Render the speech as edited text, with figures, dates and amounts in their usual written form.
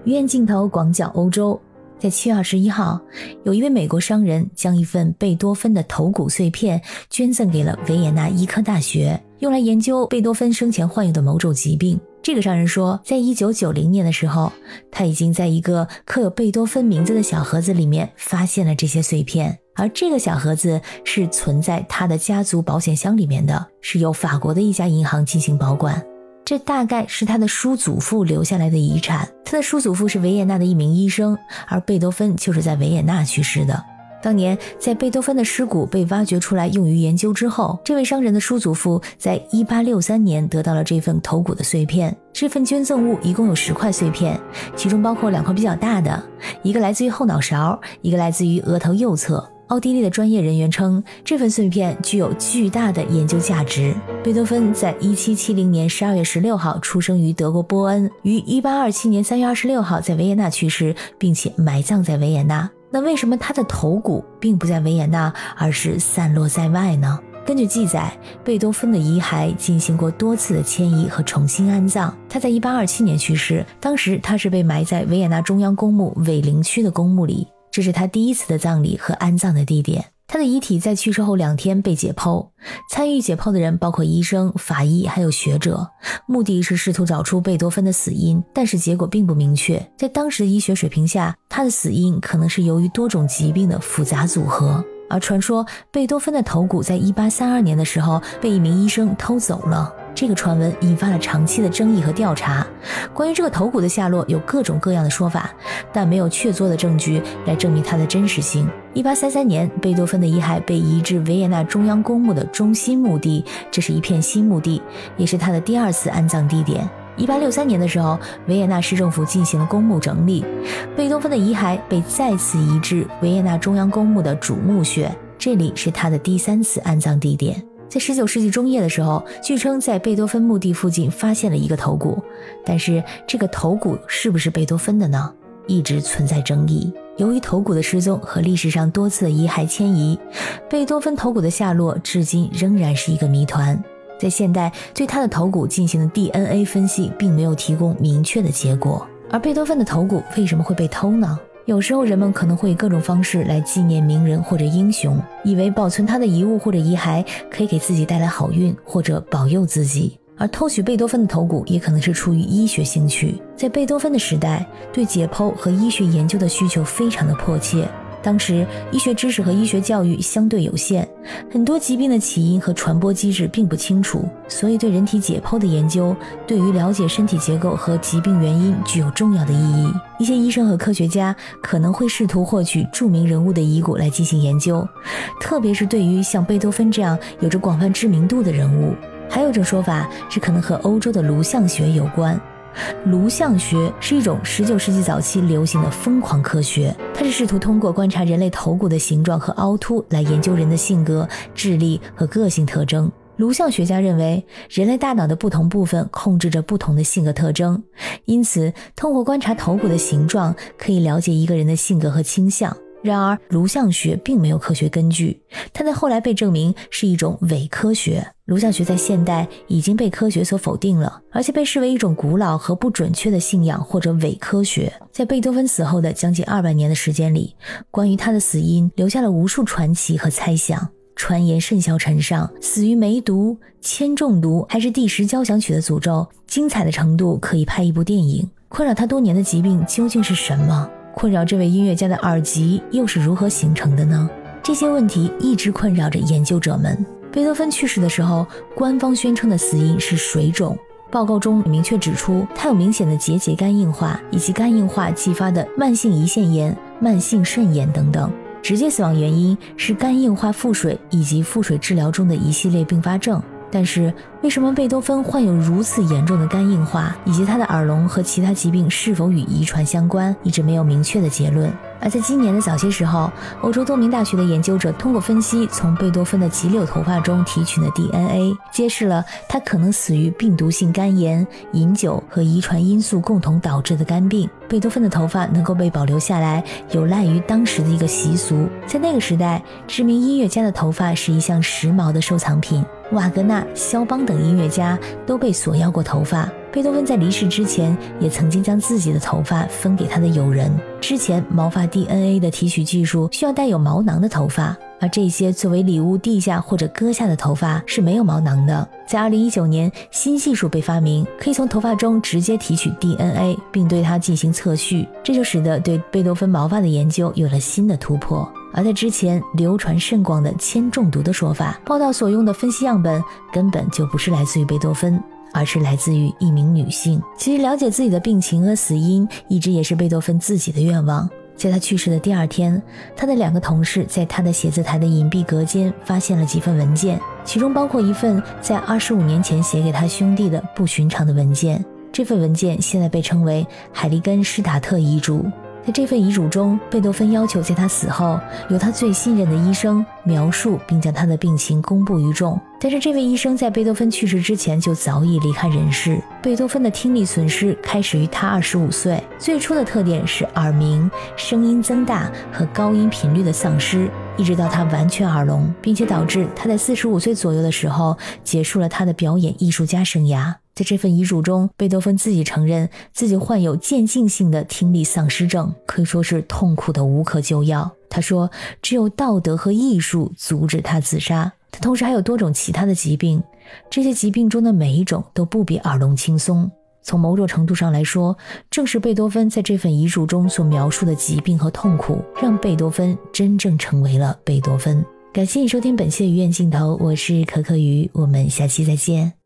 鱼眼镜头广角欧洲，在7月21号，有一位美国商人将一份贝多芬的头骨碎片捐赠给了维也纳医科大学，用来研究贝多芬生前患有的某种疾病。这个商人说，在1990年的时候，他已经在一个刻有贝多芬名字的小盒子里面发现了这些碎片，而这个小盒子是存在他的家族保险箱里面的，是由法国的一家银行进行保管。这大概是他的叔祖父留下来的遗产。他的叔祖父是维也纳的一名医生，而贝多芬就是在维也纳去世的。当年在贝多芬的尸骨被挖掘出来用于研究之后，这位商人的叔祖父在1863年得到了这份头骨的碎片。这份捐赠物一共有10块碎片，其中包括2块比较大的，一个来自于后脑勺，一个来自于额头右侧。奥地利的专业人员称，这份碎片具有巨大的研究价值。贝多芬在1770年12月16号出生于德国波恩，于1827年3月26号在维也纳去世，并且埋葬在维也纳。那为什么他的头骨并不在维也纳，而是散落在外呢？根据记载，贝多芬的遗骸进行过多次的迁移和重新安葬。他在1827年去世，当时他是被埋在维也纳中央公墓韦灵区的公墓里，这是他第一次的葬礼和安葬的地点。他的遗体在去世后2天被解剖，参与解剖的人包括医生、法医还有学者，目的是试图找出贝多芬的死因，但是结果并不明确。在当时的医学水平下，他的死因可能是由于多种疾病的复杂组合。而传说贝多芬的头骨在1832年的时候被一名医生偷走了，这个传闻引发了长期的争议和调查。关于这个头骨的下落有各种各样的说法，但没有确凿的证据来证明它的真实性。1833年，贝多芬的遗骸被移至维也纳中央公墓的中心墓地，这是一片新墓地，也是他的第2次安葬地点。1863年的时候，维也纳市政府进行了公墓整理，贝多芬的遗骸被再次移至维也纳中央公墓的主墓穴，这里是他的第3次安葬地点。在19世纪中叶的时候，据称在贝多芬墓地附近发现了一个头骨，但是这个头骨是不是贝多芬的呢？一直存在争议。由于头骨的失踪和历史上多次的遗骸迁移，贝多芬头骨的下落至今仍然是一个谜团。在现代，对他的头骨进行的 DNA 分析并没有提供明确的结果。而贝多芬的头骨为什么会被偷呢？有时候人们可能会以各种方式来纪念名人或者英雄，以为保存他的遗物或者遗骸可以给自己带来好运或者保佑自己。而偷取贝多芬的头骨也可能是出于医学兴趣。在贝多芬的时代，对解剖和医学研究的需求非常的迫切。当时医学知识和医学教育相对有限，很多疾病的起因和传播机制并不清楚，所以对人体解剖的研究对于了解身体结构和疾病原因具有重要的意义。一些医生和科学家可能会试图获取著名人物的遗骨来进行研究，特别是对于像贝多芬这样有着广泛知名度的人物。还有一种说法是可能和欧洲的颅相学有关。颅相学是一种19世纪早期流行的疯狂科学，它是试图通过观察人类头骨的形状和凹凸来研究人的性格、智力和个性特征。颅相学家认为，人类大脑的不同部分控制着不同的性格特征，因此通过观察头骨的形状可以了解一个人的性格和倾向。然而颅相学并没有科学根据，它在后来被证明是一种伪科学。颅相学在现代已经被科学所否定了，而且被视为一种古老和不准确的信仰或者伪科学。在贝多芬死后的将近200年的时间里，关于他的死因留下了无数传奇和猜想。传言甚嚣尘上，死于梅毒、铅中毒还是第10交响曲的诅咒，精彩的程度可以拍一部电影。困扰他多年的疾病究竟是什么？困扰这位音乐家的耳疾又是如何形成的呢？这些问题一直困扰着研究者们。贝多芬去世的时候，官方宣称的死因是水肿，报告中明确指出他有明显的结节肝硬化以及肝硬化继发的慢性胰腺炎、慢性肾炎等等。直接死亡原因是肝硬化腹水以及腹水治疗中的一系列并发症。但是为什么贝多芬患有如此严重的肝硬化，以及他的耳聋和其他疾病是否与遗传相关，一直没有明确的结论。而在今年的早些时候，欧洲多名大学的研究者通过分析从贝多芬的棘柳头发中提取的 DNA， 揭示了他可能死于病毒性肝炎、饮酒和遗传因素共同导致的肝病。贝多芬的头发能够被保留下来，有赖于当时的一个习俗。在那个时代，知名音乐家的头发是一项时髦的收藏品，瓦格纳、肖邦等音乐家都被索要过头发。 贝多芬在离世之前也曾经将自己的头发分给他的友人。之前毛发 DNA 的提取技术需要带有毛囊的头发，而这些作为礼物递下或者割下的头发是没有毛囊的。在2019年，新技术被发明，可以从头发中直接提取 DNA 并对它进行测序，这就使得对贝多芬毛发的研究有了新的突破。而在之前流传甚广的铅中毒的说法，报道所用的分析样本根本就不是来自于贝多芬，而是来自于一名女性。其实了解自己的病情和死因一直也是贝多芬自己的愿望。在他去世的第2天，他的2个同事在他的写字台的隐蔽隔间发现了几份文件，其中包括一份在25年前写给他兄弟的不寻常的文件。这份文件现在被称为海利根施塔特遗嘱。在这份遗嘱中，贝多芬要求在他死后，由他最信任的医生描述并将他的病情公布于众。但是这位医生在贝多芬去世之前就早已离开人世。贝多芬的听力损失开始于他25岁，最初的特点是耳鸣、声音增大和高音频率的丧失，一直到他完全耳聋，并且导致他在45岁左右的时候结束了他的表演艺术家生涯。在这份遗嘱中，贝多芬自己承认自己患有渐进性的听力丧失症，可以说是痛苦的无可救药。他说只有道德和艺术阻止他自杀。他同时还有多种其他的疾病，这些疾病中的每一种都不比耳聋轻松。从某种程度上来说，正是贝多芬在这份遗嘱中所描述的疾病和痛苦，让贝多芬真正成为了贝多芬。感谢你收听本期的鱼眼镜头，我是可可鱼，我们下期再见。